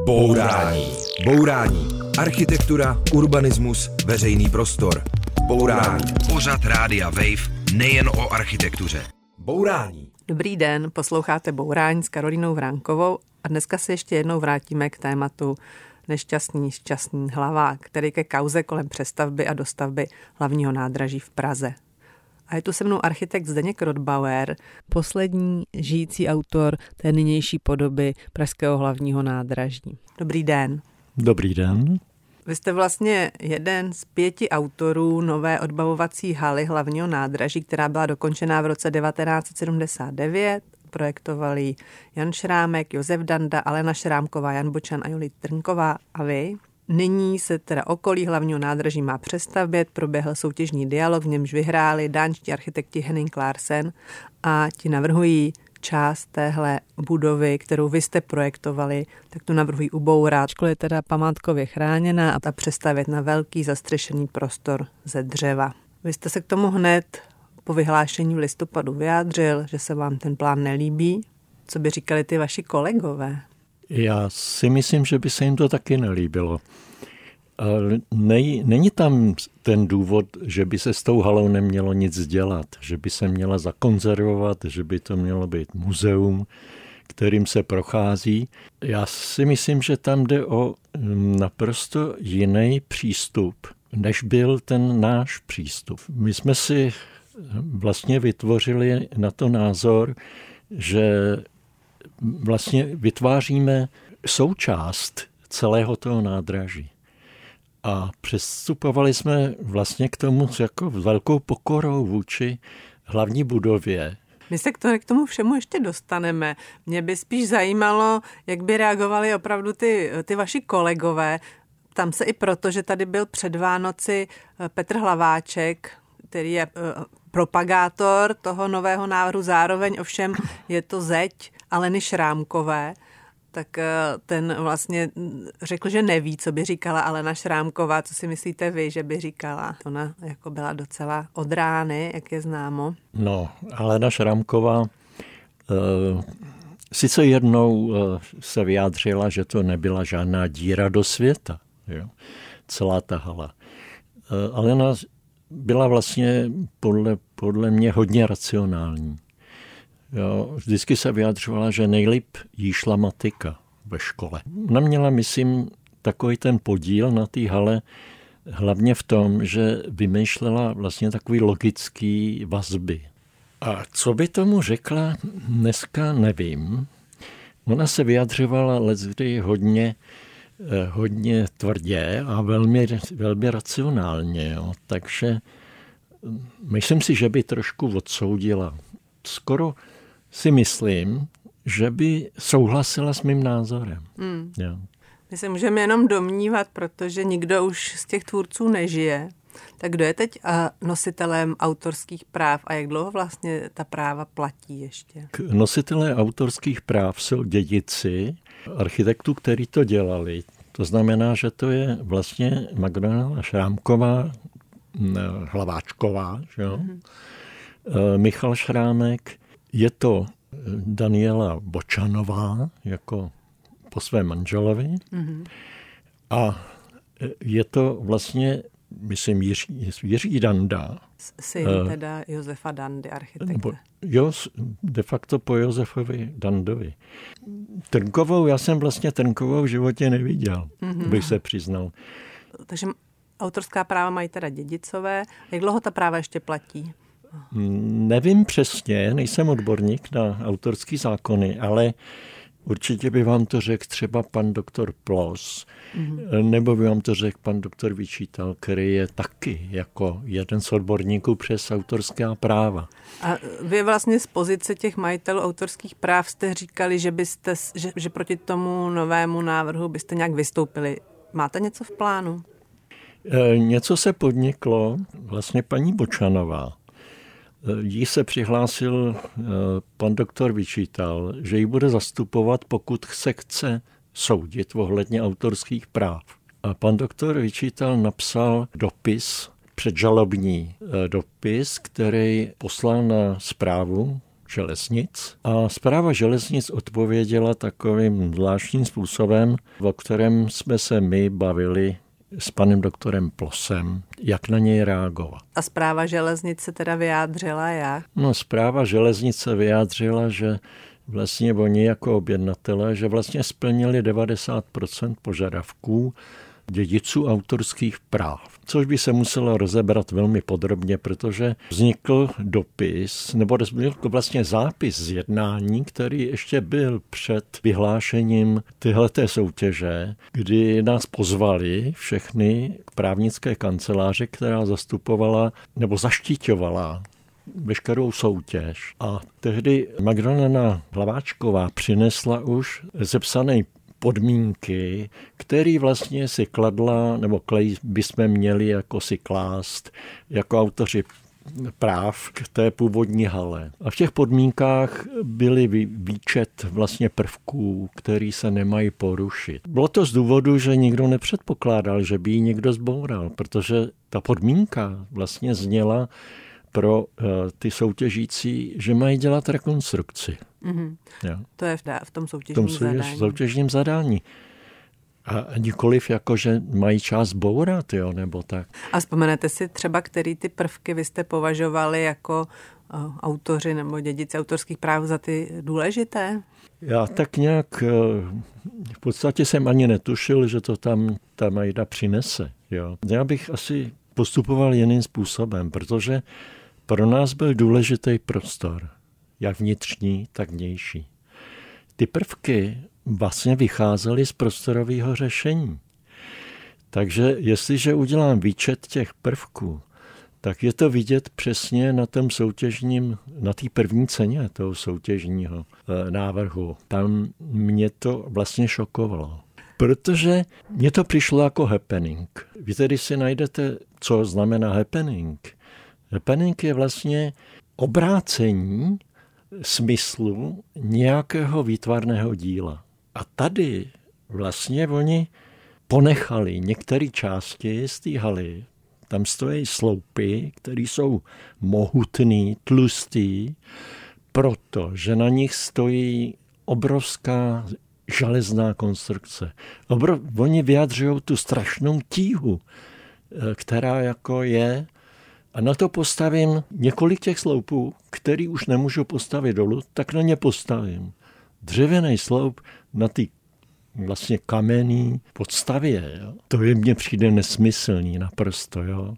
Bourání. Bourání. Architektura, urbanismus, veřejný prostor. Bourání. Pořad Rádia Wave nejen o architektuře. Bourání. Dobrý den, posloucháte Bourání s Karolínou Vránkovou a dneska se ještě jednou vrátíme k tématu nešťastný, šťastný hlavák, který ke kauze kolem přestavby a dostavby hlavního nádraží v Praze. A je tu se mnou architekt Zdeněk Rodbauer, poslední žijící autor té nynější podoby pražského hlavního nádraží. Dobrý den. Dobrý den. Vy jste vlastně jeden z 5 autorů nové odbavovací haly hlavního nádraží, která byla dokončená v roce 1979. Projektovali Jan Šrámek, Josef Danda, Alena Šrámková, Jan Bočan a Julita Trnková a vy. Nyní se teda okolí hlavního nádraží má přestavět, proběhl soutěžní dialog, v němž vyhráli dánští architekti Henning Larsen a ti navrhují část téhle budovy, kterou vy jste projektovali, tak tu navrhují ubourat. Škola je teda památkově chráněná a ta přestavět na velký zastřešený prostor ze dřeva. Vy jste se k tomu hned po vyhlášení v listopadu vyjádřil, že se vám ten plán nelíbí. Co by říkali ty vaši kolegové? Já si myslím, že by se jim to taky nelíbilo. Není tam ten důvod, že by se s tou halou nemělo nic dělat, že by se měla zakonzervovat, že by to mělo být muzeum, kterým se prochází. Já si myslím, že tam jde o naprosto jiný přístup, než byl ten náš přístup. My jsme si vlastně vytvořili na to názor, že vlastně vytváříme součást celého toho nádraží. A přistupovali jsme vlastně k tomu jako velkou pokorou vůči hlavní budově. My se k tomu všemu ještě dostaneme. Mě by spíš zajímalo, jak by reagovali opravdu ty vaši kolegové. Tam se i proto, že tady byl před Vánoci Petr Hlaváček, který je propagátor toho nového návrhu, zároveň ovšem je to zeď Aleny Šrámkové, tak ten vlastně řekl, že neví, co by říkala Alena Šrámková. Co si myslíte vy, že by říkala? Ona jako byla docela od rány, jak je známo. No, Alena Šrámková sice jednou se vyjádřila, že to nebyla žádná díra do světa, jo, celá ta hala. Alena byla vlastně podle mě hodně racionální. Jo, vždycky se vyjadřovala, že nejlíp jí šla matika ve škole. Ona měla, myslím, takový ten podíl na té hale, hlavně v tom, že vymýšlela vlastně takový logický vazby. A co by tomu řekla, dneska nevím. Ona se vyjadřovala leckdy hodně tvrdě a velmi racionálně. Jo. Takže myslím si, že by trošku odsoudila. Skoro si myslím, že by souhlasila s mým názorem. Jo. My se můžeme jenom domnívat, protože nikdo už z těch tvůrců nežije. Tak kdo je teď nositelem autorských práv a jak dlouho vlastně ta práva platí ještě? Nositelé autorských práv jsou dědici architektů, kteří to dělali. To znamená, že to je vlastně Magdalena Šrámková, Hlaváčková, jo? Michal Šrámek, je to Daniela Bočanová, jako po svém manželovi, a je to vlastně, myslím, Jiří Danda. Syn teda Josefa Dandy, architekta. Jo, de facto po Josefovi Dandovi. Trnkovou, já jsem vlastně Trnkovou v životě neviděl, bych se přiznal. Takže autorská práva mají teda dědicové. Jak dlouho ta práva ještě platí? Nevím přesně, nejsem odborník na autorský zákony, ale určitě by vám to řekl třeba pan doktor Plos, nebo by vám to řekl pan doktor Vyčítal, který je taky jako jeden z odborníků přes autorská práva. A vy vlastně z pozice těch majitelů autorských práv jste říkali, že proti tomu novému návrhu byste nějak vystoupili. Máte něco v plánu? Něco se podniklo, vlastně paní Bočanová. Jí se přihlásil pan doktor Vyčítal, že ji bude zastupovat, pokud se chce soudit ohledně autorských práv. A pan doktor Vyčítal napsal předžalobní dopis, který poslal na správu železnic a správa železnic odpověděla takovým zvláštním způsobem, o kterém jsme se my bavili s panem doktorem Plosem, jak na něj reagovat. A správa železnic se teda vyjádřila jak? No, správa železnice vyjádřila, že vlastně oni jako objednatelé, že vlastně splnili 90% požadavků dědiců autorských práv. Což by se muselo rozebrat velmi podrobně, protože vznikl dopis, nebo vznikl vlastně zápis z jednání, který ještě byl před vyhlášením téhleté soutěže, kdy nás pozvali všechny k právnické kanceláři, která zastupovala nebo zaštiťovala veškerou soutěž. A tehdy Magdalena Hlaváčková přinesla už sepsané podmínky, které vlastně si kladla, nebo bychom měli jako si klást jako autoři práv k té původní hale. A v těch podmínkách byly výčet vlastně prvků, který se nemají porušit. Bylo to z důvodu, že nikdo nepředpokládal, že by ji někdo zboural, protože ta podmínka vlastně zněla pro ty soutěžící, že mají dělat rekonstrukci. Mm-hmm. To je v tom soutěžním zadání. A nikoliv jako, že mají čas bourat, jo, nebo tak. A vzpomenete si třeba, který ty prvky vy jste považovali jako autoři nebo dědici autorských práv za ty důležité? Já tak nějak, v podstatě jsem ani netušil, že to tam ta Majda přinese. Jo. Já bych asi postupoval jiným způsobem, protože pro nás byl důležitý prostor, jak vnitřní, tak vnější. Ty prvky vlastně vycházely z prostorového řešení. Takže jestliže udělám výčet těch prvků, tak je to vidět přesně na tom soutěžním, na té první ceně toho soutěžního návrhu. Tam mě to vlastně šokovalo. Protože mně to přišlo jako happening. Vy tedy si najdete, co znamená happening. Happening je vlastně obrácení smyslu nějakého výtvarného díla. A tady vlastně oni ponechali některé části z té haly. Tam stojí sloupy, které jsou mohutný, tlustý, protože na nich stojí obrovská železná konstrukce. Oni vyjadřují tu strašnou tíhu, která jako je. A na to postavím několik těch sloupů, který už nemůžu postavit dolů, tak na ně postavím. Dřevěný sloup na ty vlastně kamenný podstavě. Jo. To je mně přijde nesmyslný naprosto. Jo.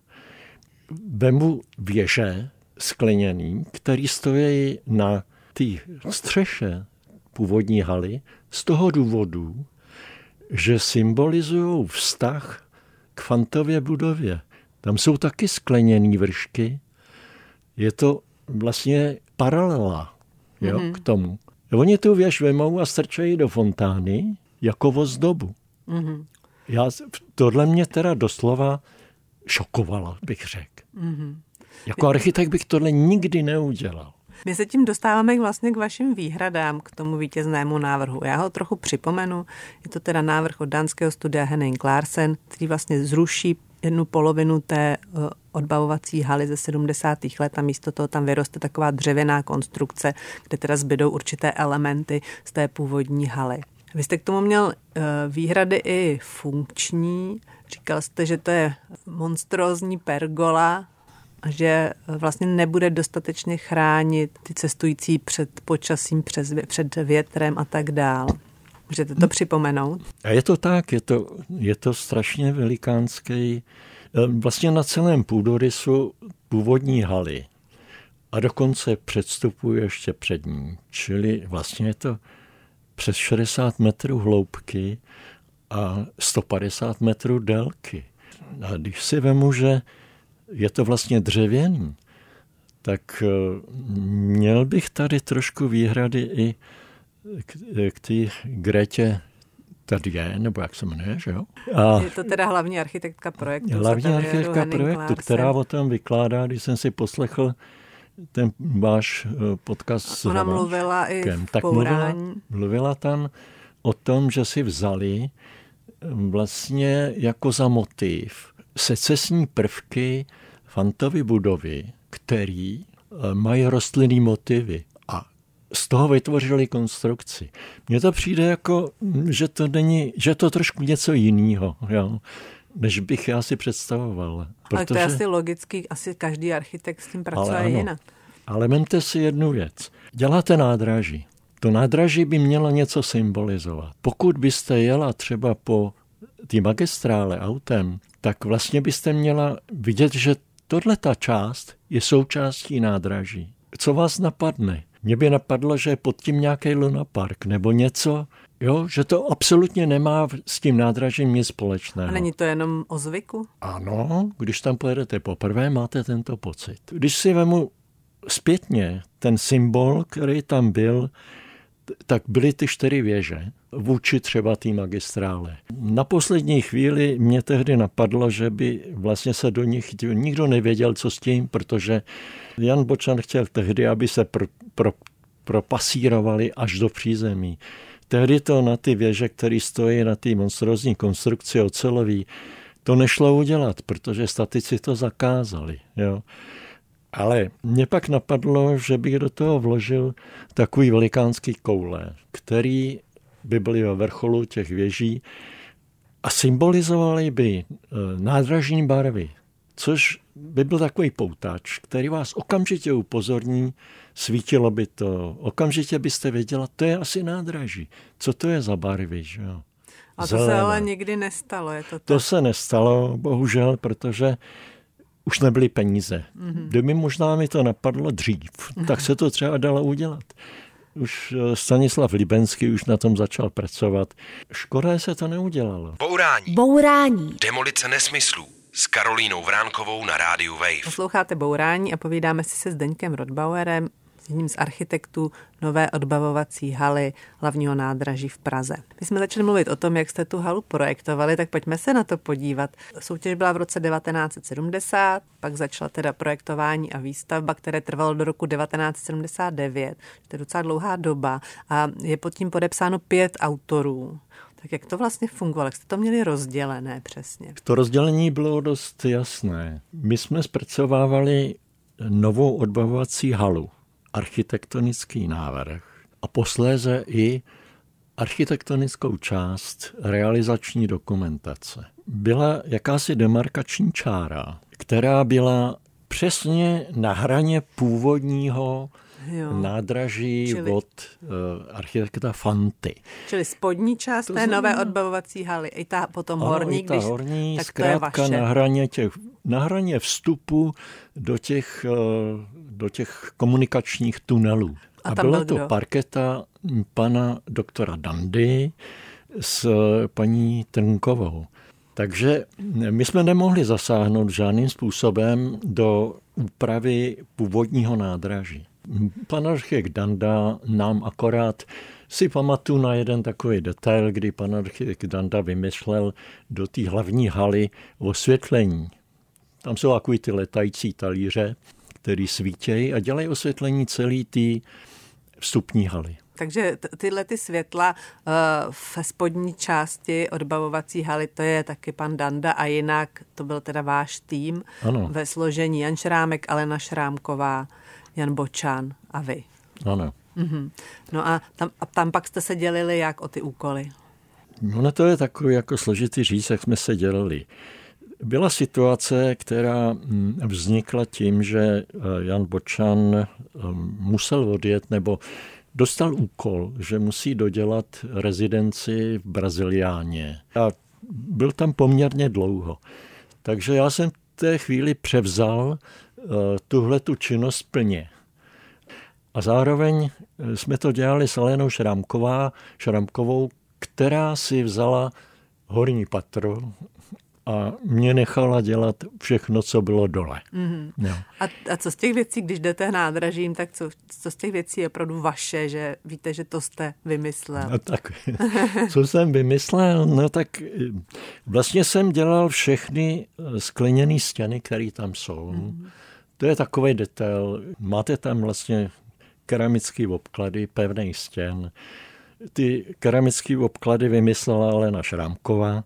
Vemu věže skleněný, který stojí na té střeše původní haly z toho důvodu, že symbolizují vztah k Fantově budově. Tam jsou taky skleněné vršky. Je to vlastně paralela k tomu. Oni tu věž vemou a strčejí do fontány jako ozdobu. Mm-hmm. Tohle mě teda doslova šokovalo, bych řekl. Mm-hmm. Jako architekt bych tohle nikdy neudělal. My se tím dostáváme vlastně k vašim výhradám, k tomu vítěznému návrhu. Já ho trochu připomenu. Je to teda návrh od dánského studia Henning Larsen, který vlastně zruší jednu polovinu té odbavovací haly ze 70. let a místo toho tam vyroste taková dřevěná konstrukce, kde teda zbydou určité elementy z té původní haly. Vy jste k tomu měl výhrady i funkční. Říkal jste, že to je monstrózní pergola a že vlastně nebude dostatečně chránit ty cestující před počasím, před větrem a tak dál. Můžete to připomenout? A je to tak, je to strašně velikánský, vlastně na celém půdorysu původní haly a dokonce předstupuje ještě před ní. Čili vlastně je to přes 60 metrů hloubky a 150 metrů délky. A když si vemu, že je to vlastně dřevěný, tak měl bych tady trošku výhrady i k té Gretě Tadje, nebo jak se jmenuje, že jo? Je to teda hlavní architektka projektu. Hlavní architektka projektu, která o tom vykládá, když jsem si poslechl ten váš podcast s Ona mluvila i v Bourání. Mluvila tam o tom, že si vzali vlastně jako za motiv secesní prvky Fantovy budovy, který mají rostlinný motivy. A z toho vytvořili konstrukci. Mně to přijde jako, že to trošku něco jiného, jo, než bych já si představoval. Ale to je asi logický, asi každý architekt s tím pracuje jinak. Ale vemte si jednu věc. Děláte nádraží. To nádraží by mělo něco symbolizovat. Pokud byste jela třeba po té magistrále autem, tak vlastně byste měla vidět, že tato část je součástí nádraží. Co vás napadne? Mně by napadlo, že je pod tím nějaký lunapark nebo něco, jo, že to absolutně nemá s tím nádražím nic společného. A není to jenom o zvyku? Ano, když tam pojedete poprvé, máte tento pocit. Když si vemu zpětně ten symbol, který tam byl, tak byly ty 4 věže vůči třeba té magistrále. Na poslední chvíli mě tehdy napadlo, že by vlastně se do nich nikdo nevěděl, co s tím, protože Jan Bočan chtěl tehdy, aby se propasírovali až do přízemí. Tehdy to na ty věže, které stojí na té monstrózní konstrukci ocelový, to nešlo udělat, protože statici to zakázali. Jo. Ale mě pak napadlo, že bych do toho vložil takový velikánský koule, který by byly ve vrcholu těch věží a symbolizovaly by nádražní barvy, což by byl takový poutač, který vás okamžitě upozorní, svítilo by to, okamžitě byste věděla, to je asi nádraží. Co to je za barvy, že jo? A to se ale nikdy nestalo, je to tak? To se nestalo, bohužel, protože už nebyly peníze. Kdyby možná mi to napadlo dřív, tak se to třeba dalo udělat. Už Stanislav Libenský už na tom začal pracovat. Škoda, se to neudělalo. Bourání. Demolice nesmyslů s Karolínou Vránkovou na rádiu Wave. Posloucháte Bourání a povídáme si se Zdeňkem Rodbauerem, jedním z architektů nové odbavovací haly hlavního nádraží v Praze. My jsme začali mluvit o tom, jak jste tu halu projektovali, tak pojďme se na to podívat. Soutěž byla v roce 1970, pak začala teda projektování a výstavba, které trvalo do roku 1979. To je docela dlouhá doba a je pod tím podepsáno 5 autorů. Tak jak to vlastně fungovalo? Jak jste to měli rozdělené přesně? To rozdělení bylo dost jasné. My jsme zpracovávali novou odbavovací halu, architektonický návrh a posléze i architektonickou část realizační dokumentace. Byla jakási demarkační čára, která byla přesně na hraně původního nádraží od architekta Fanty. Čili spodní část té nové odbavovací haly, i ta potom horní, ta horní, tak zkrátka to je vaše. Na hraně vstupu do těch komunikačních tunelů. A byla to parketa pana doktora Dandy s paní Trnkovou. Takže my jsme nemohli zasáhnout žádným způsobem do úpravy původního nádraží. Pan architekt Danda nám akorát si pamatuju na jeden takový detail, kdy pan architekt Danda vymyslel do té hlavní haly osvětlení. Tam jsou takový ty letající talíře, který svítějí a dělají osvětlení celý té vstupní haly. Takže tyhle ty světla v spodní části odbavovací haly, to je taky pan Danda a jinak to byl teda váš tým ve složení Jan Šrámek, Alena Šrámková, Jan Bočan a vy. Ano. No a tam pak jste se dělili jak o ty úkoly? No to je takový jako složitý říct, jak jsme se dělili. Byla situace, která vznikla tím, že Jan Bočan musel odjet nebo dostal úkol, že musí dodělat rezidenci v Braziliáně. A byl tam poměrně dlouho. Takže já jsem v té chvíli převzal tuhletu činnost plně. A zároveň jsme to dělali s Alenou Šrámkovou, která si vzala horní patro a mě nechala dělat všechno, co bylo dole. Mm-hmm. A co z těch věcí, když jdete nádražím, tak co z těch věcí je opravdu vaše, že víte, že to jste vymyslel? No tak, co jsem vymyslel? No tak vlastně jsem dělal všechny skleněné stěny, které tam jsou. Mm-hmm. To je takový detail. Máte tam vlastně keramické obklady, pevný stěn. Ty keramické obklady vymyslela Alena Šrámková.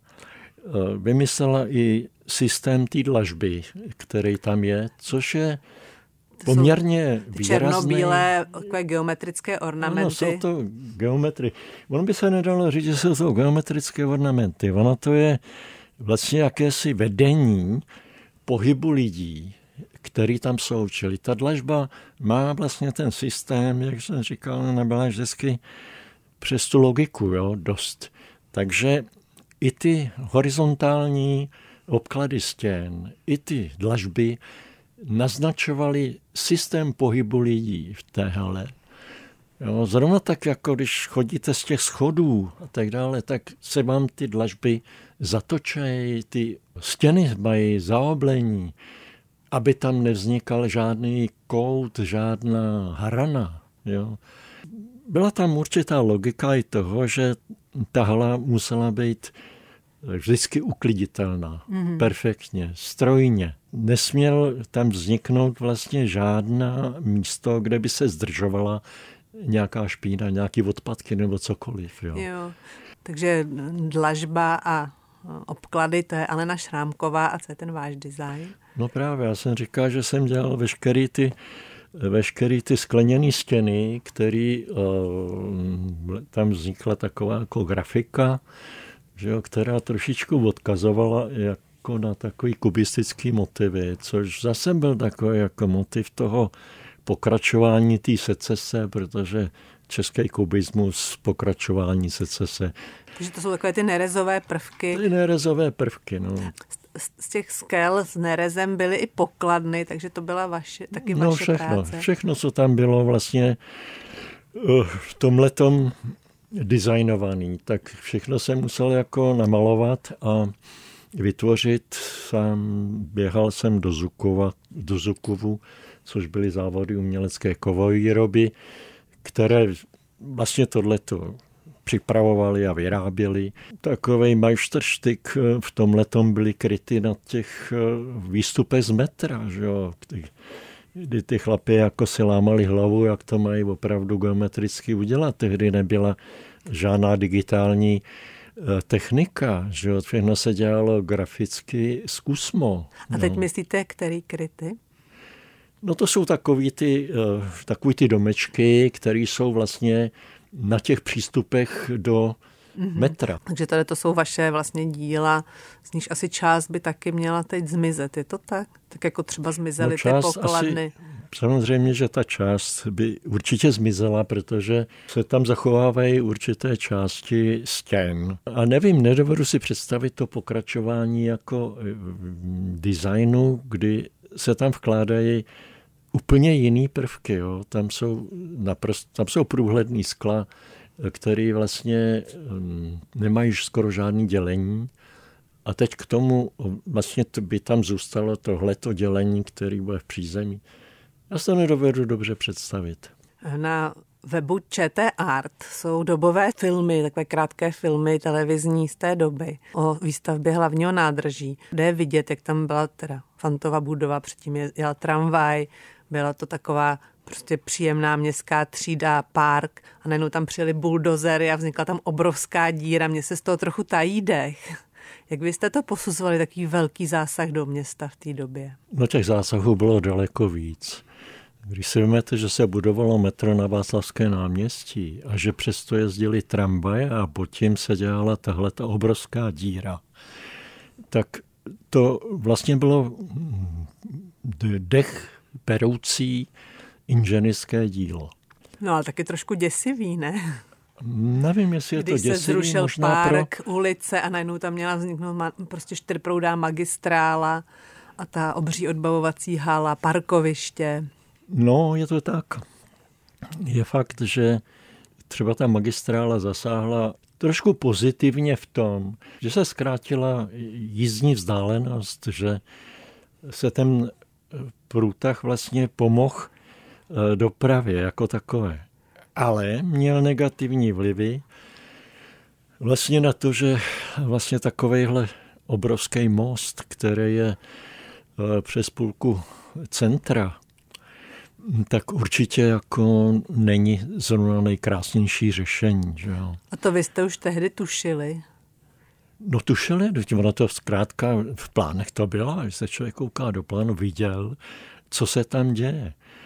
Vymyslela i systém té dlažby, který tam je, což je poměrně výrazný. Černobílé takové geometrické ornamenty. Ano, jsou to geometry. Ono by se nedalo říct, že jsou to geometrické ornamenty. Ono to je vlastně jakési vedení pohybu lidí, který tam jsou. Čili ta dlažba má vlastně ten systém, jak jsem říkal, nebyla vždycky přes tu logiku, jo, dost. Takže i ty horizontální obklady stěn, i ty dlažby naznačovaly systém pohybu lidí v té hale. Jo, zrovna tak, jako když chodíte z těch schodů a tak dále, tak se vám ty dlažby zatočejí, ty stěny mají zaoblení, aby tam nevznikal žádný kout, žádná harana. Jo. Byla tam určitá logika i toho, že ta hala musela být vždycky ukliditelná, perfektně, strojně. Nesměl tam vzniknout vlastně žádná místo, kde by se zdržovala nějaká špína, nějaký odpadky nebo cokoliv. Jo. Takže dlažba a obklady, to je Alena Šrámková a co je ten váš design? No právě, já jsem říkal, že jsem dělal veškerý ty skleněné stěny, který tam vznikla taková jako grafika, že jo, která trošičku odkazovala jako na takový kubistický motivy, což zase byl takový jako motiv toho pokračování té secese, protože český kubismus, pokračování secese. Takže to jsou takové ty nerezové prvky. Ty nerezové prvky, no. Z těch skel s nerezem byly i pokladny, takže to byla vaše práce. Všechno, co tam bylo vlastně v tomhletom designovaný, tak všechno jsem musel jako namalovat a vytvořit. Sám běhal jsem do Zukovu, což byly závody umělecké kovovýroby, které vlastně tohleto připravovali a vyráběli. Takovej majšterštyk v tomhletom byly kryty na těch výstupech z metra, že jo, kdy ty chlapi jako si lámali hlavu, jak to mají opravdu geometricky udělat. Tehdy nebyla žádná digitální technika, že jo, všechno se dělalo graficky zkusmo. A teď myslíte, který kryty? No to jsou takový ty domečky, které jsou vlastně na těch přístupech do metra. Takže tady to jsou vaše vlastně díla, z níž asi část by taky měla teď zmizet, je to tak? Tak jako třeba zmizely ty pokladny. Samozřejmě, že ta část by určitě zmizela, protože se tam zachovávají určité části stěn. A nevím, nedovedu si představit to pokračování jako designu, kdy se tam vkládají úplně jiný prvky. Jo. Tam jsou průhledný skla, které vlastně nemají skoro žádný dělení. A teď k tomu vlastně by tam zůstalo tohleto dělení, které bude v přízemí. Já se to nedovedu dobře představit. Na webu ČT Art jsou dobové filmy, takové krátké filmy televizní z té doby o výstavbě hlavního nádraží, kde je vidět, jak tam byla teda Fantova budova, předtím jela tramvaj, byla to taková prostě příjemná městská třída, park a najednou tam přijeli buldozery a vznikla tam obrovská díra. Mně se z toho trochu tají dech. Jak byste to posuzovali, takový velký zásah do města v té době? No těch zásahů bylo daleko víc. Když si vezmete, že se budovalo metro na Václavské náměstí a že přesto jezdili tramvaje a pod tím se dělala tahleta obrovská díra, tak to vlastně bylo dech peroucí inženýrské dílo. No ale taky trošku děsivý, ne? Nevím, jestli je to děsivý. Když se zrušil park, ulice a najednou tam měla vzniknout prostě čtyřproudá magistrála a ta obří odbavovací hala, parkoviště. No, je to tak. Je fakt, že třeba ta magistrála zasáhla trošku pozitivně v tom, že se zkrátila jízdní vzdálenost, že se ten průtah vlastně pomohl dopravě jako takové. Ale měl negativní vlivy vlastně na to, že vlastně takovejhle obrovský most, který je přes půlku centra, tak určitě jako není zrovna nejkrásnější řešení. Že jo. A to vy jste už tehdy tušili? No tušili, ono to zkrátka v plánech to bylo, když se člověk kouká do plánu, viděl, co se tam děje.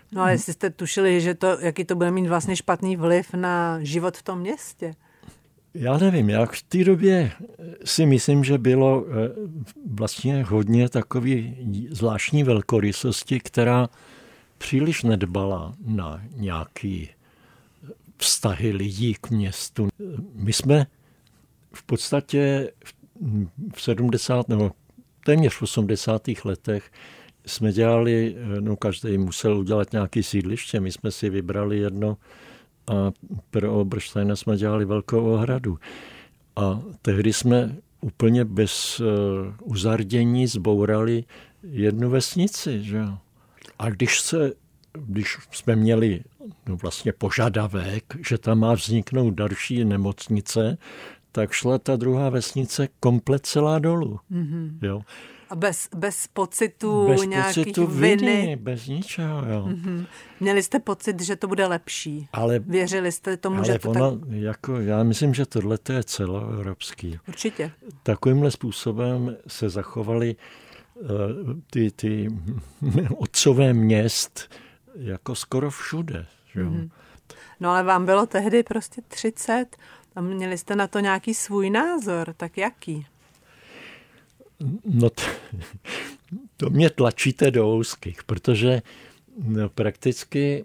No ale jestli jste tušili, že jaký to bude mít vlastně špatný vliv na život v tom městě? Já nevím, jak v té době si myslím, že bylo vlastně hodně takový zvláštní velkorysosti, která příliš nedbala na nějaký vztahy lidí k městu. My jsme v podstatě v 70 nebo téměř v 80. letech jsme dělali, každý musel udělat nějaké sídliště, my jsme si vybrali jedno a pro Obersteina jsme dělali velkou ohradu. A tehdy jsme úplně bez uzardění zbourali jednu vesnici. Že? A když jsme měli vlastně požadavek, že tam má vzniknout další nemocnice, tak šla ta druhá vesnice komplet celá dolů. Mm-hmm. Jo. A bez pocitu nějakých viny? Bez ničeho, jo. Mm-hmm. Měli jste pocit, že to bude lepší? Věřili jste tomu, že to já myslím, že tohle je celoevropský. Určitě. Takovýmhle způsobem se zachovaly ty otcové měst jako skoro všude. Jo. Mm-hmm. No ale vám bylo tehdy prostě 30 a měli jste na to nějaký svůj názor, tak jaký? No to mě tlačíte do úzkých, protože prakticky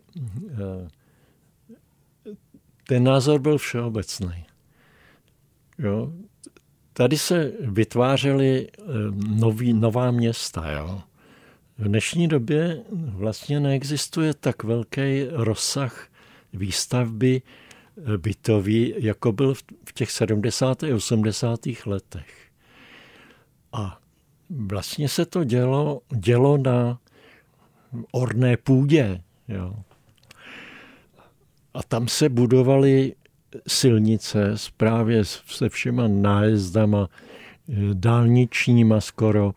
ten názor byl všeobecný. Jo? Tady se vytvářely nová města. Jo? V dnešní době vlastně neexistuje tak velký rozsah výstavby bytový, jako byl v těch 70. a 80. letech. A vlastně se to dělo na orné půdě. Jo. A tam se budovaly silnice právě se všema nájezdama, dálničníma skoro.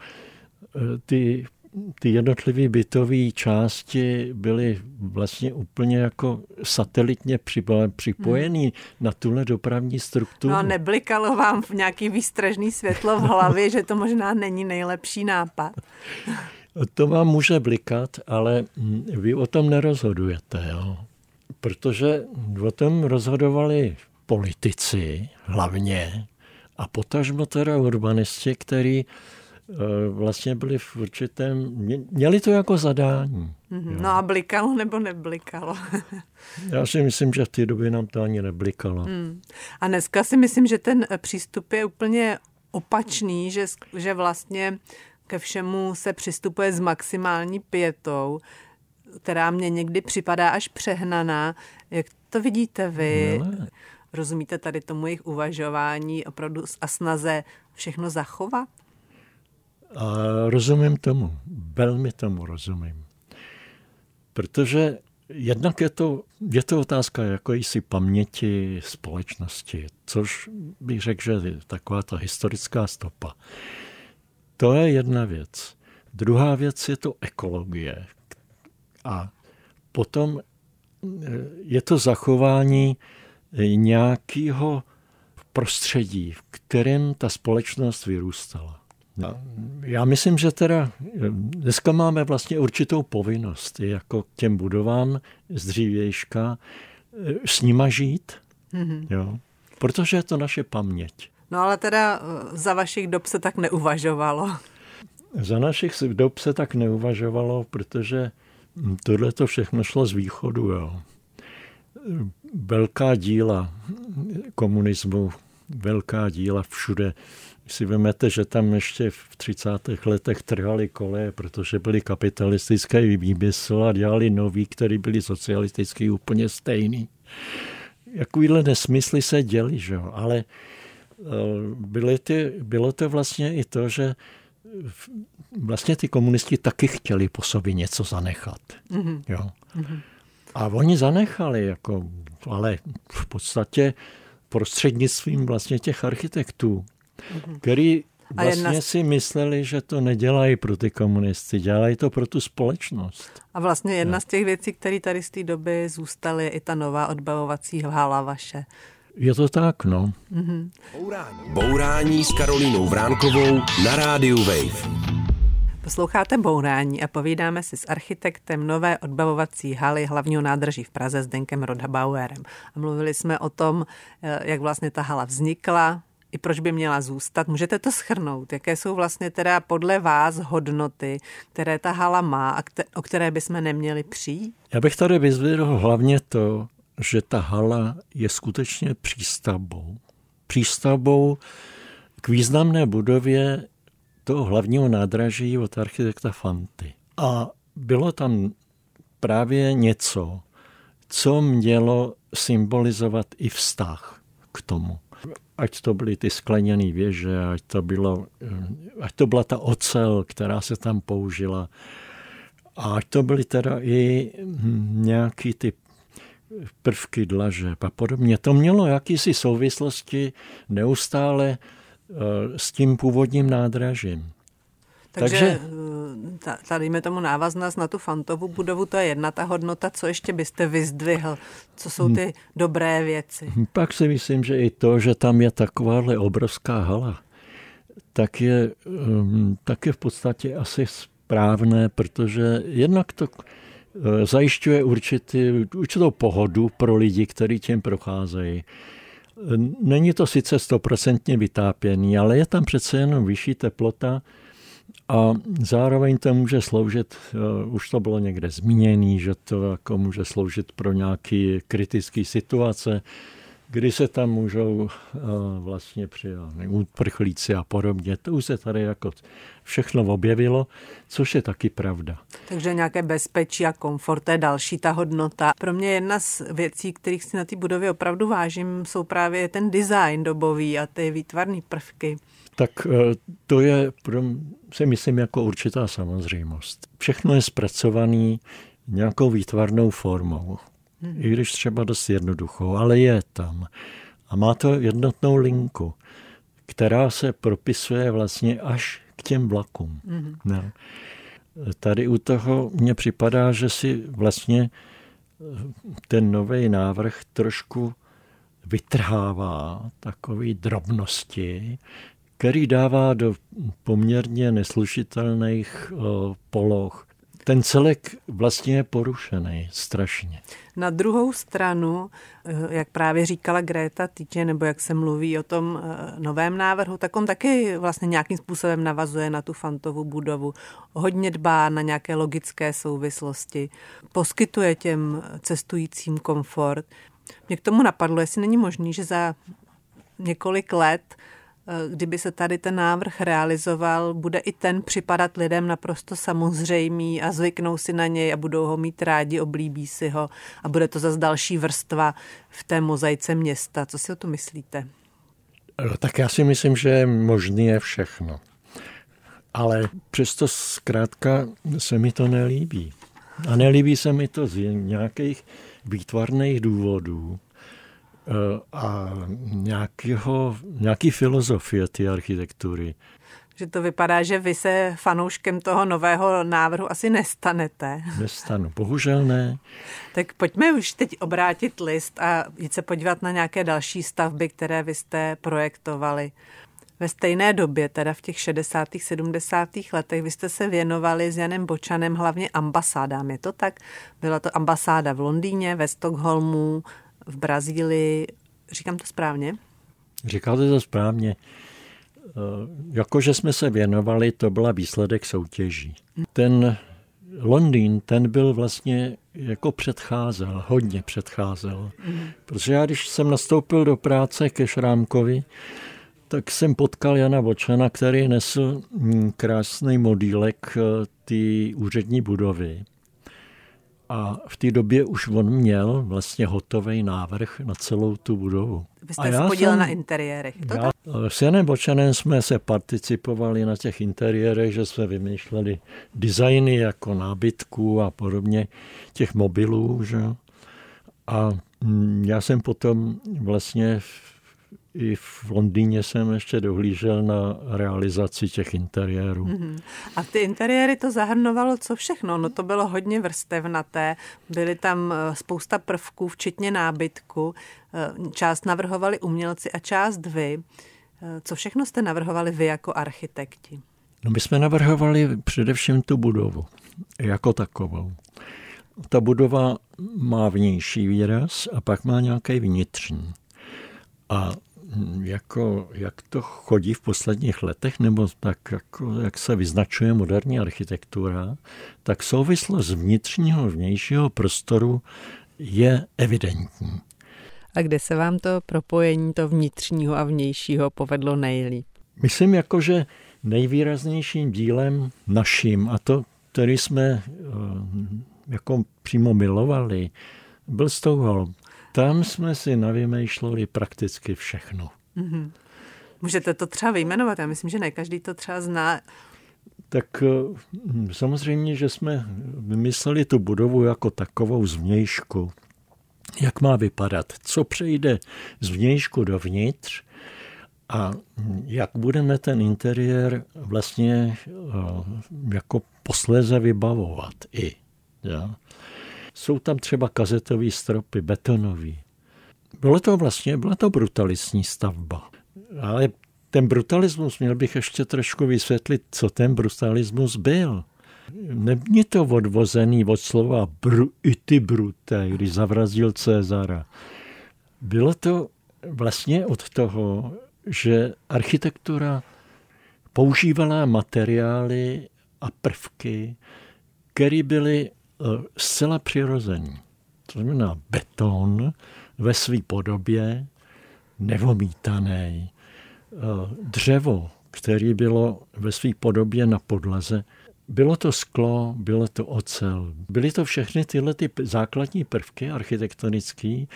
Ty jednotlivé bytové části byly vlastně úplně jako satelitně připojený na tuhle dopravní strukturu. No a neblikalo vám v nějaký výstražný světlo v hlavě, že to možná není nejlepší nápad? To vám může blikat, ale vy o tom nerozhodujete, jo? Protože o tom rozhodovali politici hlavně a potažmo teda urbanisti, který vlastně byli v určitém, měli to jako zadání. No a blikalo nebo neblikalo? Já si myslím, že v té době nám to ani neblikalo. A dneska si myslím, že ten přístup je úplně opačný, že vlastně ke všemu se přistupuje s maximální pietou, která mně někdy připadá až přehnaná. Jak to vidíte vy? No. Rozumíte tady tomu jejich uvažování opravdu a snaze všechno zachovat? A rozumím tomu, velmi tomu rozumím. Protože jednak je to otázka jakojísi paměti společnosti, což bych řekl, že je taková ta historická stopa. To je jedna věc. Druhá věc je to ekologie. A potom je to zachování nějakého prostředí, v kterém ta společnost vyrůstala. Já myslím, že teda dneska máme vlastně určitou povinnost jako k těm budovám z dřívějška s nima žít, jo? Protože je to naše paměť. No ale teda za vašich dob se tak neuvažovalo. Za našich dob se tak neuvažovalo, protože tohle to všechno šlo z východu. Jo. Velká díla komunismu, velká díla všude. Si vemete, že tam ještě v 30. letech trhaly koleje, protože byly kapitalistické výmysl a dělali nový, který byli socialistický úplně stejný. Jakýhle nesmysly se děli, že? Ale bylo to vlastně i to, že vlastně ty komunisti taky chtěli po sobě něco zanechat. Mm-hmm. Jo. Mm-hmm. A oni zanechali, jako, ale v podstatě prostřednictvím vlastně těch architektů, který vlastně si mysleli, že to nedělají pro ty komunisty, dělají to pro tu společnost. A vlastně jedna z těch věcí, které tady z té doby zůstaly, je i ta nová odbavovací hala vaše. Je to tak, no. Bourání s Karolínou Vránkovou na rádiu Wave. Posloucháte Bourání a povídáme si s architektem nové odbavovací haly hlavního nádraží v Praze Zdeňkem Rodbauerem. A mluvili jsme o tom, jak vlastně ta hala vznikla, i proč by měla zůstat. Můžete to shrnout? Jaké jsou vlastně teda podle vás hodnoty, které ta hala má a o které bychom neměli přijít? Já bych tady vyzdvihl hlavně to, že ta hala je skutečně přístavbou. Přístavbou k významné budově toho hlavního nádraží od architekta Fanty. A bylo tam právě něco, co mělo symbolizovat i vztah k tomu. Ať to byly ty skleněné věže, ať to byla ta ocel, která se tam použila. A ať to byly teda i nějaký ty prvky dlažeb a podobně. To mělo jakýsi souvislosti neustále s tím původním nádražím. Takže tady dejme tomu návaznost na tu Fantovu budovu, to je jedna ta hodnota, co ještě byste vyzdvihl, co jsou ty dobré věci. Pak si myslím, že i to, že tam je takováhle obrovská hala, tak je v podstatě asi správné, protože jednak to zajišťuje určitou pohodu pro lidi, kteří tím procházejí. Není to sice 100% vytápěný, ale je tam přece jenom vyšší teplota a zároveň to může sloužit, už to bylo někde zmíněné, že to jako může sloužit pro nějaké kritické situace, kdy se tam můžou vlastně uprchlíci a podobně. To už se tady jako všechno objevilo, což je taky pravda. Takže nějaké bezpečí a komfort, to je další ta hodnota. Pro mě jedna z věcí, kterých si na té budově opravdu vážím, jsou právě ten design dobový a ty výtvarné prvky. Tak to je, si myslím, jako určitá samozřejmost. Všechno je zpracované nějakou výtvarnou formou. I když třeba dost jednoduchou, ale je tam. A má to jednotnou linku, která se propisuje vlastně až k těm vlakům. No. Tady u toho mně připadá, že si vlastně ten nový návrh trošku vytrhává takové drobnosti, který dává do poměrně neslušitelných poloh. Ten celek vlastně je porušený strašně. Na druhou stranu, jak právě říkala Greta Týče, nebo jak se mluví o tom novém návrhu, tak on taky vlastně nějakým způsobem navazuje na tu Fantovu budovu. Hodně dbá na nějaké logické souvislosti. Poskytuje těm cestujícím komfort. Mě k tomu napadlo, jestli není možný, že za několik let, kdyby se tady ten návrh realizoval, bude i ten připadat lidem naprosto samozřejmý a zvyknou si na něj a budou ho mít rádi, oblíbí si ho a bude to zase další vrstva v té mozaice města. Co si o to myslíte? Tak já si myslím, že možný je všechno. Ale přesto zkrátka se mi to nelíbí. A nelíbí se mi to z nějakých výtvarných důvodů a nějaký filozofie té architektury. Že to vypadá, že vy se fanouškem toho nového návrhu asi nestanete. Nestanu, bohužel ne. Tak pojďme už teď obrátit list a jít se podívat na nějaké další stavby, které vy jste projektovali. Ve stejné době, teda v těch 60. 70. letech, vy jste se věnovali s Janem Bočanem hlavně ambasádám. Je to tak? Byla to ambasáda v Londýně, ve Stockholmu, v Brazílii. Říkám to správně? Říkáte to správně. Jakože jsme se věnovali, to byla výsledek soutěží. Ten Londýn, ten byl vlastně jako hodně předcházel. Protože já, když jsem nastoupil do práce ke Šrámkovi, tak jsem potkal Jana Bočana, který nesl krásný modílek té úřední budovy. A v té době už on měl vlastně hotový návrh na celou tu budovu. Vy jste se podílel na interiérech. S Janem Bočanem jsme se participovali na těch interiérech, že jsme vymýšleli designy jako nábytků a podobně těch mobilů. Že? A já jsem potom vlastně i v Londýně jsem ještě dohlížel na realizaci těch interiérů. A ty interiéry to zahrnovalo co všechno? No to bylo hodně vrstevnaté, byly tam spousta prvků, včetně nábytku. Část navrhovali umělci a část vy. Co všechno jste navrhovali vy jako architekti? No my jsme navrhovali především tu budovu jako takovou. Ta budova má vnější výraz a pak má nějaký vnitřní. A jak to chodí v posledních letech, nebo tak, jak se vyznačuje moderní architektura, tak souvislost vnitřního vnějšího prostoru je evidentní. A kde se vám to propojení to vnitřního a vnějšího povedlo nejlíp? Myslím, že nejvýraznějším dílem naším, a to, který jsme jako přímo milovali, byl Stockholm. Tam jsme si navymýšleli prakticky všechno. Mm-hmm. Můžete to třeba vyjmenovat? Já myslím, že ne každý to třeba zná. Tak samozřejmě, že jsme vymysleli tu budovu jako takovou zvnějšku. Jak má vypadat? Co přejde zvnějšku dovnitř? A jak budeme ten interiér vlastně jako posléze vybavovat i. Ja? Jsou tam třeba kazetový stropy, betonový. Byla to brutalistní stavba. Ale ten brutalismus, měl bych ještě trošku vysvětlit, co ten brutalismus byl. Není to odvozený od slova ity brute, když zavrazil Cezara. Bylo to vlastně od toho, že architektura používala materiály a prvky, které byly zcela přirozený. To znamená beton ve své podobě, nevomítaný, dřevo, které bylo ve své podobě na podlaze. Bylo to sklo, bylo to ocel. Byly to všechny tyhle základní prvky architektonické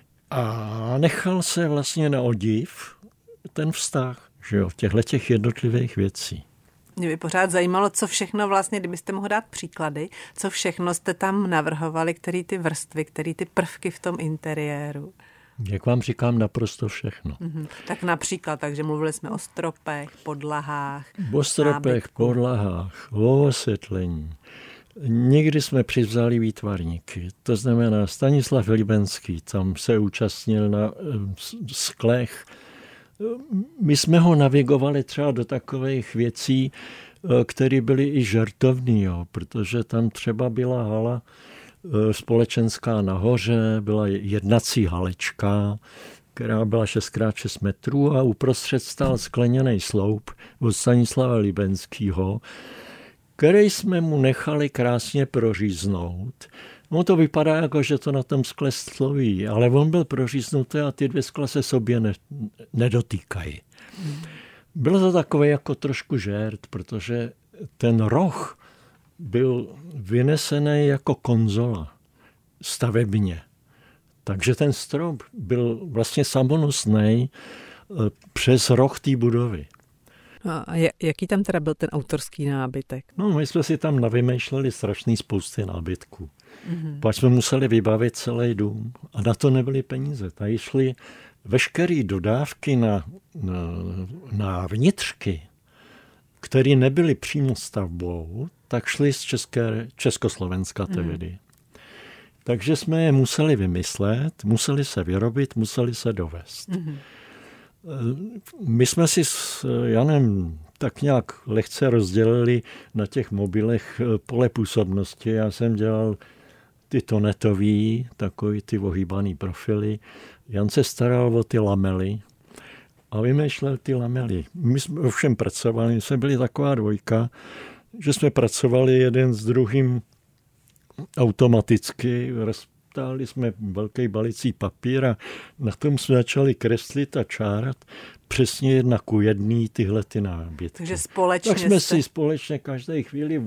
a nechal se vlastně na odiv ten vztah, že jo, těch jednotlivých věcí. Mě by pořád zajímalo, co všechno vlastně, kdybyste mohl dát příklady, co všechno jste tam navrhovali, který ty vrstvy, který ty prvky v tom interiéru. Jak vám říkám, naprosto všechno. Mm-hmm. Tak například, takže mluvili jsme o stropech, podlahách. O stropech, podlahách, o osvětlení. Někdy jsme přivzali výtvarníky, to znamená Stanislav Libenský, tam se účastnil na sklech. My jsme ho navigovali třeba do takových věcí, které byly i žertovný, protože tam třeba byla hala společenská nahoře, byla jednací halečka, která byla 6x6 metrů a uprostřed stál skleněný sloup od Stanislava Libenského, který jsme mu nechali krásně proříznout. No to vypadá jako, že to na tom skle sloví, ale on byl proříznutý a ty dvě skla se sobě nedotýkají. Bylo to takové jako trošku žert, protože ten roh byl vynesený jako konzola stavebně. Takže ten strop byl vlastně samonosný přes roh té budovy. A jaký tam teda byl ten autorský nábytek? No, my jsme si tam navymýšleli strašný spousty nábytků. Mm-hmm. Pak jsme museli vybavit celý dům a na to nebyly peníze. Tady šly veškeré dodávky na vnitřky, které nebyly přímo stavbou, tak šly z Československa tehdy. Takže jsme je museli vymyslet, museli se vyrobit, museli se dovést. Mm-hmm. My jsme si s Janem tak nějak lehce rozdělili na těch mobilech pole působnosti. Já jsem dělal ty tonetový, takový ty ohýbaný profily. Jan se staral o ty lamely a vymýšlel ty lamely. My jsme ovšem pracovali, my jsme byli taková dvojka, že jsme pracovali jeden s druhým automaticky, roztáhli jsme velký balicí papír a na tom jsme začali kreslit a čárat přesně 1:1 tyhle ty nábytky. Takže společně tak jsme si společně každé chvíli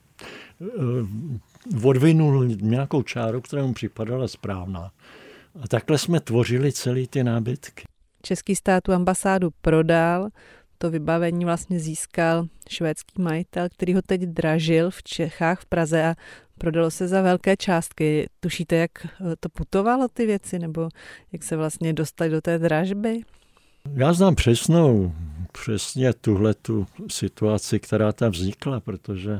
odvinuli nějakou čáru, která mu připadala správná. A takhle jsme tvořili celý ty nábytky. Český stát tu ambasádu prodal, to vybavení vlastně získal švédský majitel, který ho teď dražil v Čechách, v Praze a prodalo se za velké částky. Tušíte, jak to putovalo ty věci, nebo jak se vlastně dostali do té dražby? Já znám přesně tuhletu situaci, která tam vznikla, protože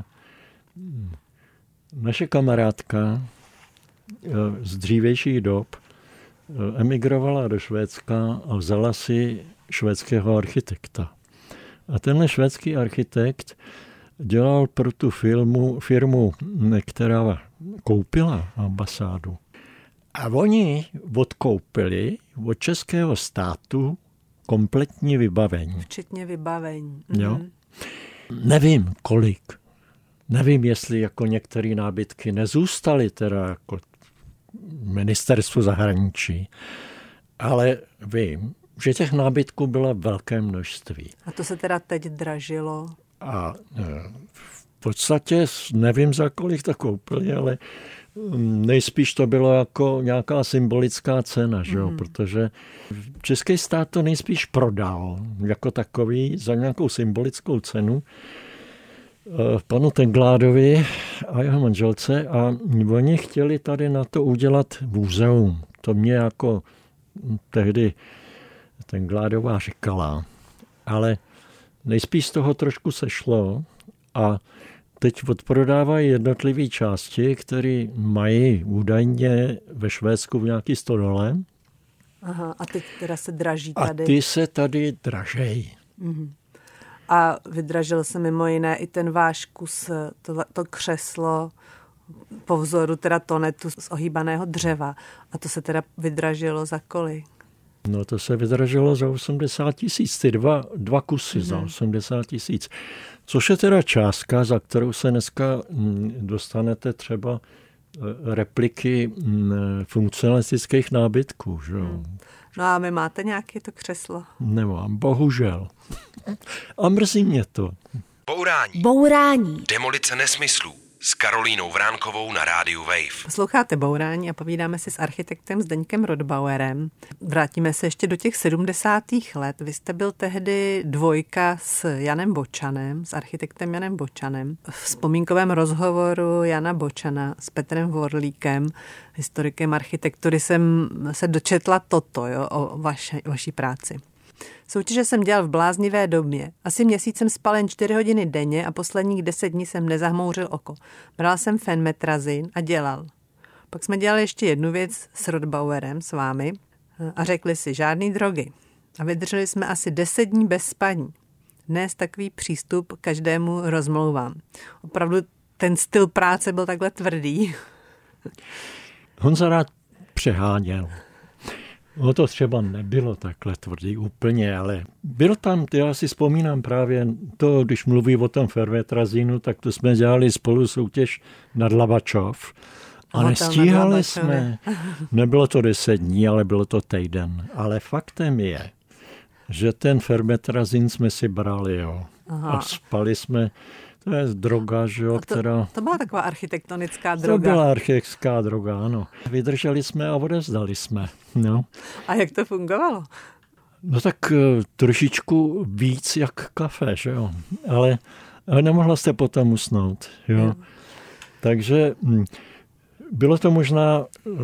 naše kamarádka z dřívějších dob emigrovala do Švédska a vzala si švédského architekta. A tenhle švédský architekt dělal pro tu firmu, která koupila ambasádu. A oni odkoupili od českého státu kompletní vybavení. Včetně vybavení. Jo? Nevím, kolik. Nevím, jestli jako některé nábytky nezůstaly teda jako ministerstvu zahraničí. Ale vím, že těch nábytků bylo velké množství. A to se teda teď dražilo? A v podstatě nevím, za kolik to koupili, ale nejspíš to bylo jako nějaká symbolická cena, že jo? Protože český stát to nejspíš prodal jako takový za nějakou symbolickou cenu panu Tengládovi a jeho manželce a oni chtěli tady na to udělat muzeum. To mě jako tehdy Tengládová říkala, ale nejspíš z toho trošku sešlo a teď odprodávají jednotlivé části, které mají údajně ve Švédsku v nějaký stodole. Aha, a teď teda se draží tady. A ty se tady dražejí. A vydražil se mimo jiné i ten váš kus, to křeslo po vzoru teda tonetu z ohýbaného dřeva. A to se teda vydražilo za kolik? No to se vydražilo za 80 000, ty dva kusy za 80 000. Což je teda částka, za kterou se dneska dostanete třeba repliky funkcionalistických nábytků. Že? No a vy máte nějaké to křeslo? Nemám, bohužel. A mrzí mě to. Bourání. Demolice nesmyslů s Karolínou Vránkovou na rádiu Wave. Posloucháte Bourání a povídáme si s architektem Zdeňkem Rodbauerem. Vrátíme se ještě do těch 70. let. Vy jste byl tehdy dvojka s Janem Bočanem, s architektem Janem Bočanem. V vzpomínkovém rozhovoru Jana Bočana s Petrem Vorlíkem, historikem architektury, jsem se dočetla toto o vaší práci. Soutěže jsem dělal v bláznivé době. Asi měsíc jsem spal jen 4 hodiny denně a posledních 10 dní jsem nezahmouřil oko. Bral jsem fenmetrazin a dělal. Pak jsme dělali ještě jednu věc s Rodbauerem, s vámi, a řekli si žádný drogy. A vydrželi jsme asi 10 dní bez spaní. Dnes takový přístup každému rozmlouvám. Opravdu ten styl práce byl takhle tvrdý. Honza rád přeháněl. No to třeba nebylo takhle tvrdý úplně, ale byl tam, já si vzpomínám právě to, když mluví o tom fermetrazínu, tak to jsme dělali spolu soutěž nad Lavačov a nestíhali jsme. Nebylo to 10 dní, ale bylo to týden. Ale faktem je, že ten fermetrazín jsme si brali, jo. A spali jsme. To je droga, že jo, která... To byla taková architektonická droga. To byla architektonická droga, ano. Vydrželi jsme a odevzdali jsme. No. A jak to fungovalo? No tak trošičku víc jak kafe, že jo. Ale nemohla jste potom usnout, jo. Takže bylo to možná...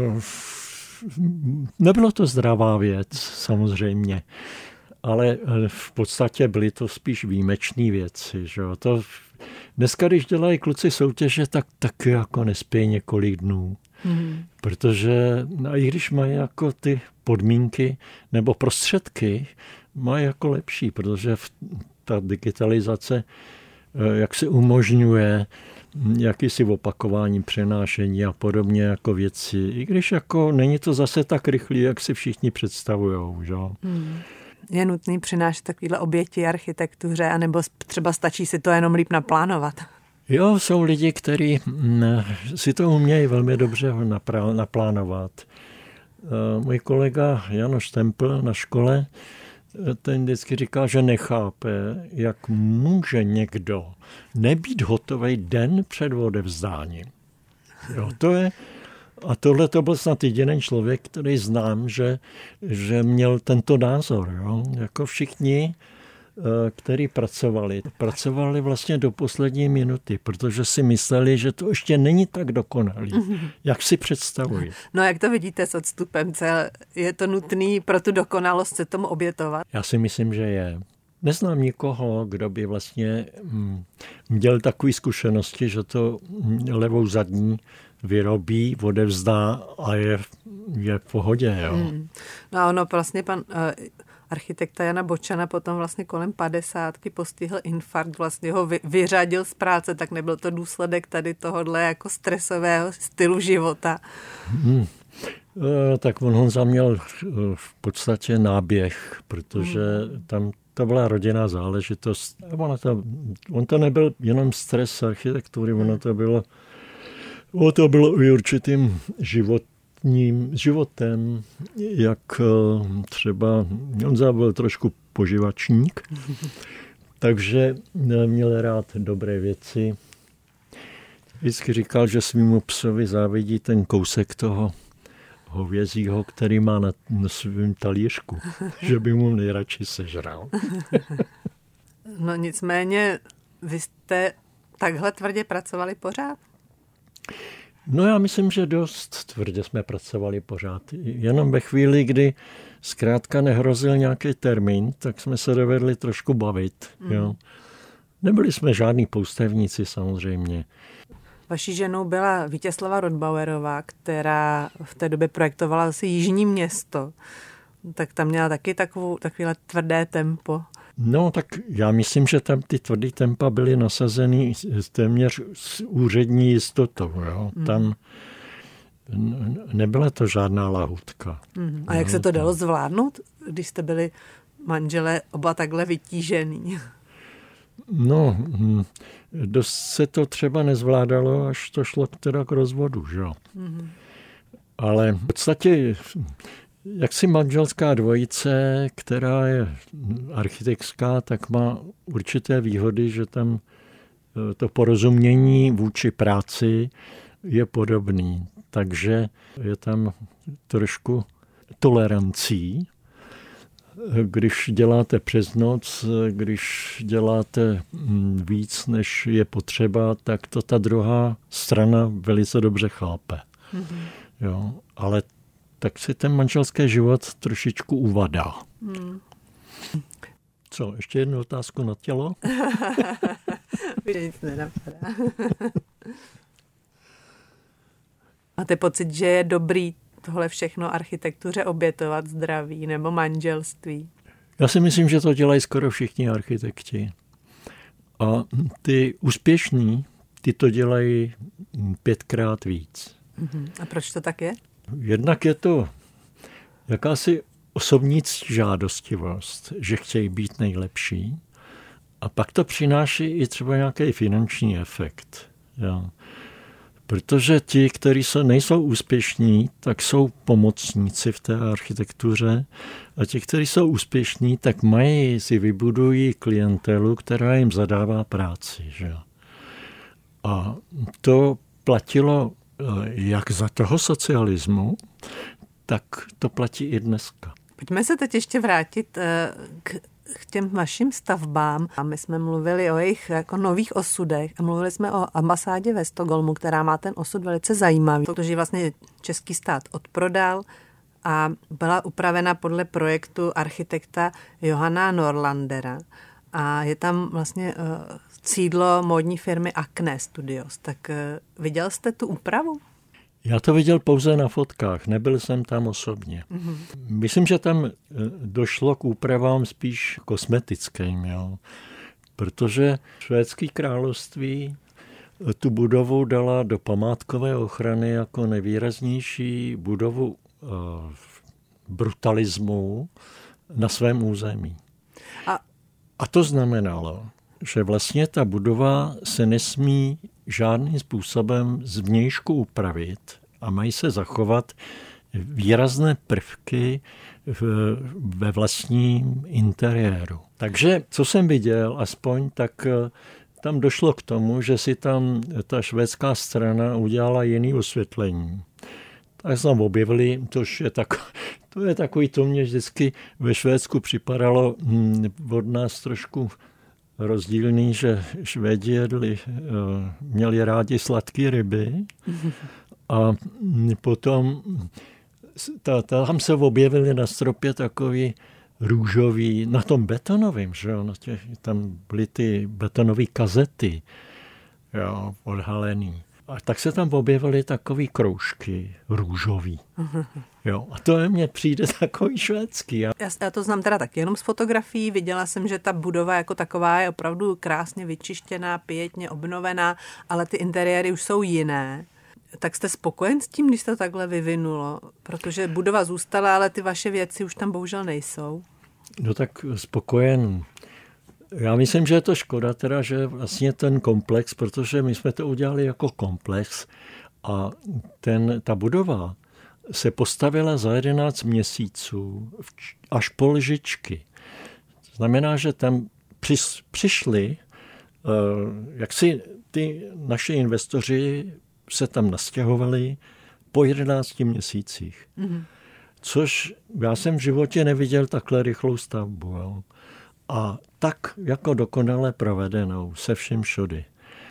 Nebylo to zdravá věc, samozřejmě. Ale v podstatě byly to spíš výjimečné věci, že jo. To dneska, když dělají kluci soutěže, tak taky jako nespějí několik dnů. Protože i když mají jako ty podmínky nebo prostředky, mají jako lepší, protože ta digitalizace jak se umožňuje jakýsi opakování, přenášení a podobně jako věci. I když jako není to zase tak rychlý, jak si všichni představujou, že? Je nutný přinášet takovéhle oběti architektuře, anebo třeba stačí si to jenom líp naplánovat? Jo, jsou lidi, kteří si to umějí velmi dobře naplánovat. Můj kolega Janoš Templ na škole, ten vždycky říká, že nechápe, jak může někdo nebýt hotový den před odevzdáním. Jo, to je... A tohle to byl snad jediný člověk, který znám, že měl tento názor. Jo? Jako všichni, kteří pracovali vlastně do poslední minuty, protože si mysleli, že to ještě není tak dokonalý, jak si představují. No jak to vidíte s odstupem? Je to nutný pro tu dokonalost se tomu obětovat? Já si myslím, že je. Neznám nikoho, kdo by vlastně měl takové zkušenosti, že to levou zadní vyrobí, odevzdá a je v pohodě. Jo. No a ono vlastně pan architekta Jana Bočana potom vlastně kolem 50 postihl infarkt, vlastně ho vyřadil z práce, tak nebyl to důsledek tady tohohle jako stresového stylu života? Tak on Honza měl v podstatě náběh, protože tam to byla rodinná záležitost. On to nebyl jenom stres architektury, ono to bylo i určitým životem, jak třeba Honza byl trošku poživačník, takže měl rád dobré věci. Vždycky říkal, že svýmu psovi závidí ten kousek toho hovězího, který má na svém talířku, že by mu nejradši sežral. No nicméně, vy jste takhle tvrdě pracovali pořád? No já myslím, že dost tvrdě jsme pracovali pořád. Jenom ve chvíli, kdy zkrátka nehrozil nějaký termín, tak jsme se dovedli trošku bavit. Jo. Nebyli jsme žádní poustevníci samozřejmě. Vaší ženou byla Vítězslava Rodbauerová, která v té době projektovala asi Jižní Město. Tak tam měla taky takové tvrdé tempo. No, tak já myslím, že tam ty tvrdý tempa byly nasazeny téměř s úřední jistotou. Jo. Tam nebyla to žádná lahutka. A jak se to dalo zvládnout, když jste byli manželé oba takhle vytížený? No, dost se to třeba nezvládalo, až to šlo teda k rozvodu, že jo. Ale v podstatě jaksi manželská dvojice, která je architektská, tak má určité výhody, že tam to porozumění vůči práci je podobný. Takže je tam trošku tolerancí. Když děláte přes noc, když děláte víc, než je potřeba, tak to ta druhá strana velice dobře chápe. Jo, ale tak si ten manželský život trošičku uvadá. Co, ještě jednu otázku na tělo? Nic nenapadá. Máte pocit, že je dobrý tohle všechno architektuře obětovat, zdraví nebo manželství? Já si myslím, že to dělají skoro všichni architekti. A ty úspěšní, ty to dělají 5krát víc. A proč to tak je? Jednak je to jakási osobní žádostivost, že chtějí být nejlepší. A pak to přináší i třeba nějaký finanční efekt. Jo. Protože ti, kteří nejsou úspěšní, tak jsou pomocníci v té architektuře a ti, kteří jsou úspěšní, tak si vybudují klientelu, která jim zadává práci. Že? A to platilo jak za toho socialismu, tak to platí i dneska. Pojďme se teď ještě vrátit k těm vašim stavbám. A my jsme mluvili o jejich jako nových osudech a mluvili jsme o ambasádě ve Stockholmu, která má ten osud velice zajímavý, protože vlastně český stát odprodal a byla upravena podle projektu architekta Johana Norlandera. A je tam vlastně sídlo módní firmy Acne Studios. Tak viděl jste tu úpravu? Já to viděl pouze na fotkách, nebyl jsem tam osobně. Myslím, že tam došlo k úpravám spíš kosmetickým, jo. Protože švédské království tu budovu dala do památkové ochrany jako nejvýraznější budovu brutalismu na svém území. A to znamenalo, že vlastně ta budova se nesmí žádným způsobem zvnějšku upravit a mají se zachovat výrazné prvky ve vlastním interiéru. Takže, co jsem viděl aspoň, tak tam došlo k tomu, že si tam ta švédská strana udělala jiné osvětlení. Tak jsme objevili, to je takový, to mě vždycky ve Švédsku připadalo od nás trošku rozdílný, že Švédi měli rádi sladké ryby a potom tam se objevily na stropě takový růžový, na tom betonovém, že jo, tam byly ty betonové kazety, jo, odhalený. A tak se tam objevily takový kroužky růžový. Jo, a to mně přijde takový švédský. Já to znám teda taky jenom z fotografií. Viděla jsem, že ta budova jako taková je opravdu krásně vyčištěná, pěkně obnovená, ale ty interiéry už jsou jiné. Tak jste spokojen s tím, když se to takhle vyvinulo? Protože budova zůstala, ale ty vaše věci už tam bohužel nejsou. No tak spokojen. Já myslím, že je to škoda teda, že vlastně ten komplex, protože my jsme to udělali jako komplex a ta budova se postavila za 11 měsíců až po Lžičky. Znamená, že tam přišli, jak si ty naši investoři se tam nastěhovali po 11 měsících. Což já jsem v životě neviděl takhle rychlou stavbu. Jo. A tak jako dokonale provedenou, se vším všudy.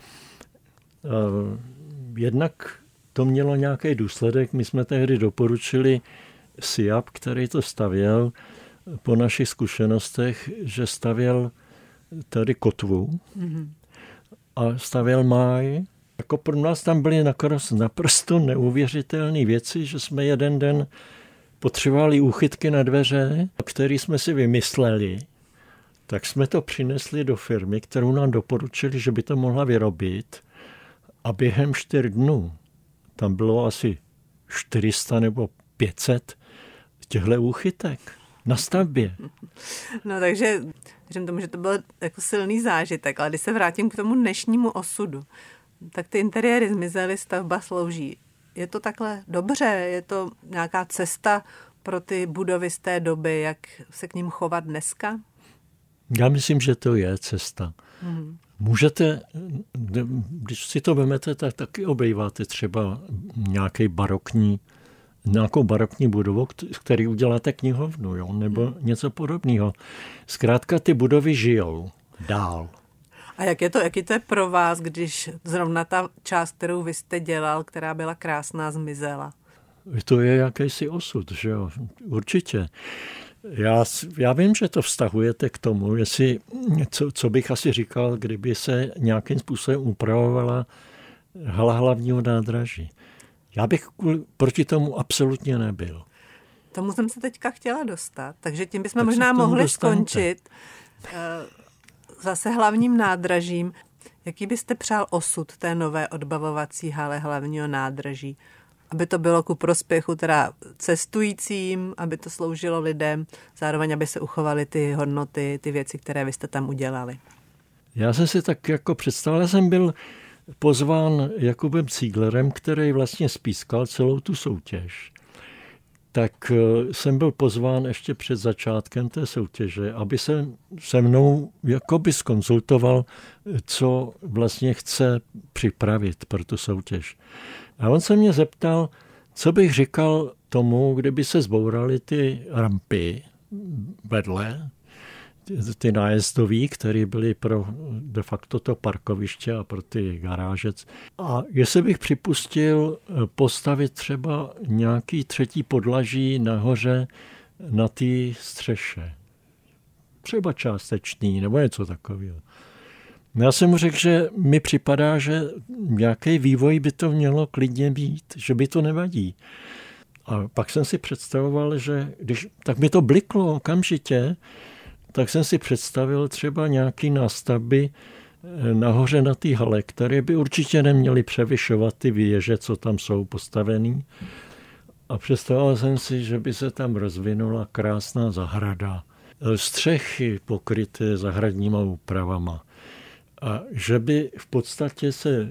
Jednak to mělo nějaký důsledek. My jsme tehdy doporučili SIAP, který to stavěl po našich zkušenostech, že stavěl tady kotvu a stavěl máj. Jako pro nás tam byly naprosto neuvěřitelné věci, že jsme jeden den potřebovali úchytky na dveře, které jsme si vymysleli. Tak jsme to přinesli do firmy, kterou nám doporučili, že by to mohla vyrobit. A během 4 dnů tam bylo asi 400 nebo 500 těchto úchytek na stavbě. No takže věřím tomu, že to byl jako silný zážitek, ale když se vrátím k tomu dnešnímu osudu, tak ty interiéry zmizely, stavba slouží. Je to takhle dobře? Je to nějaká cesta pro ty budovy z té doby, jak se k ním chovat dneska? Já myslím, že to je cesta. Můžete, když si to vemete, tak taky obejváte třeba nějakou barokní budovu, který uděláte knihovnu, jo? Nebo něco podobného. Zkrátka ty budovy žijou dál. A jaký to je pro vás, když zrovna ta část, kterou vy jste dělal, která byla krásná, zmizela? To je jakýsi osud, že jo? Určitě. Já vím, že to vztahujete k tomu, jestli, co bych asi říkal, kdyby se nějakým způsobem upravovala hala hlavního nádraží. Já bych proti tomu absolutně nebyl. Tomu jsem se teďka chtěla dostat, takže tím bychom možná mohli skončit zase hlavním nádražím. Jaký byste přál osud té nové odbavovací haly hlavního nádraží? Aby to bylo ku prospěchu teda cestujícím, aby to sloužilo lidem, zároveň aby se uchovaly ty hodnoty, ty věci, které vy jste tam udělali. Já jsem si tak jako představil, jsem byl pozván Jakubem Cíglerem, který vlastně spískal celou tu soutěž. Tak jsem byl pozván ještě před začátkem té soutěže, aby se mnou jakoby zkonzultoval, co vlastně chce připravit pro tu soutěž. A on se mě zeptal, co bych říkal tomu, kdyby se zbouraly ty rampy vedle, ty nájezdový, které byly pro de facto to parkoviště a pro ty garáže. A jestli bych připustil postavit třeba nějaký 3. podlaží nahoře na té střeše. Třeba částečný nebo něco takového. Já jsem mu řekl, že mi připadá, že nějaký vývoj by to mělo klidně být, že by to nevadí. A pak jsem si představoval, že tak mi to bliklo okamžitě, tak jsem si představil třeba nějaký nástavby nahoře na té hale, které by určitě neměly převyšovat ty věže, co tam jsou postavený. A představoval jsem si, že by se tam rozvinula krásná zahrada, střechy pokryté zahradníma úpravama. A že by v podstatě se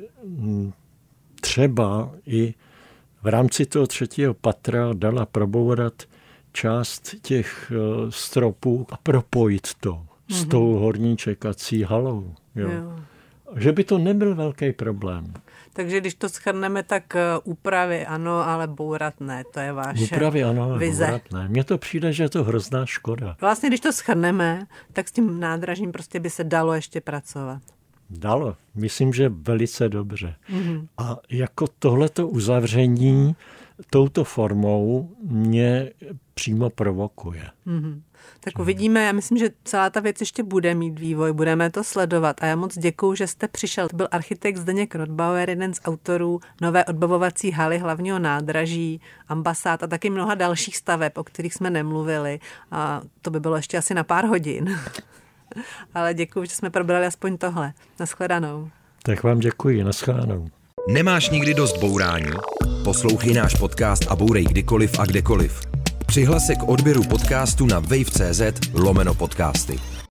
třeba i v rámci toho 3. patra dala probourat část těch stropů a propojit to s tou horní čekací halou. Jo. Že by to nebyl velký problém. Takže když to shrneme, tak úpravy ano, ale bourat ne, to je vaše úpravy ano, ale vize. Bourat ne. Mně to přijde, že je to hrozná škoda. Vlastně, když to shrneme, tak s tím nádražím prostě by se dalo ještě pracovat. Dalo. Myslím, že velice dobře. A jako tohleto uzavření touto formou mě přímo provokuje. Tak uvidíme, já myslím, že celá ta věc ještě bude mít vývoj, budeme to sledovat a já moc děkuju, že jste přišel. To byl architekt Zdeněk Rothbauer, jeden z autorů nové odbavovací haly hlavního nádraží, ambasád a taky mnoha dalších staveb, o kterých jsme nemluvili a to by bylo ještě asi na pár hodin. Ale děkuju, že jsme probrali aspoň tohle. Naschledanou. Tak vám děkuji, naschledanou. Nemáš nikdy dost bourání? Poslouchej náš podcast a bourej kdykoliv a kdekoliv. Přihlas se k odběru podcastu na wave.cz/podcasty.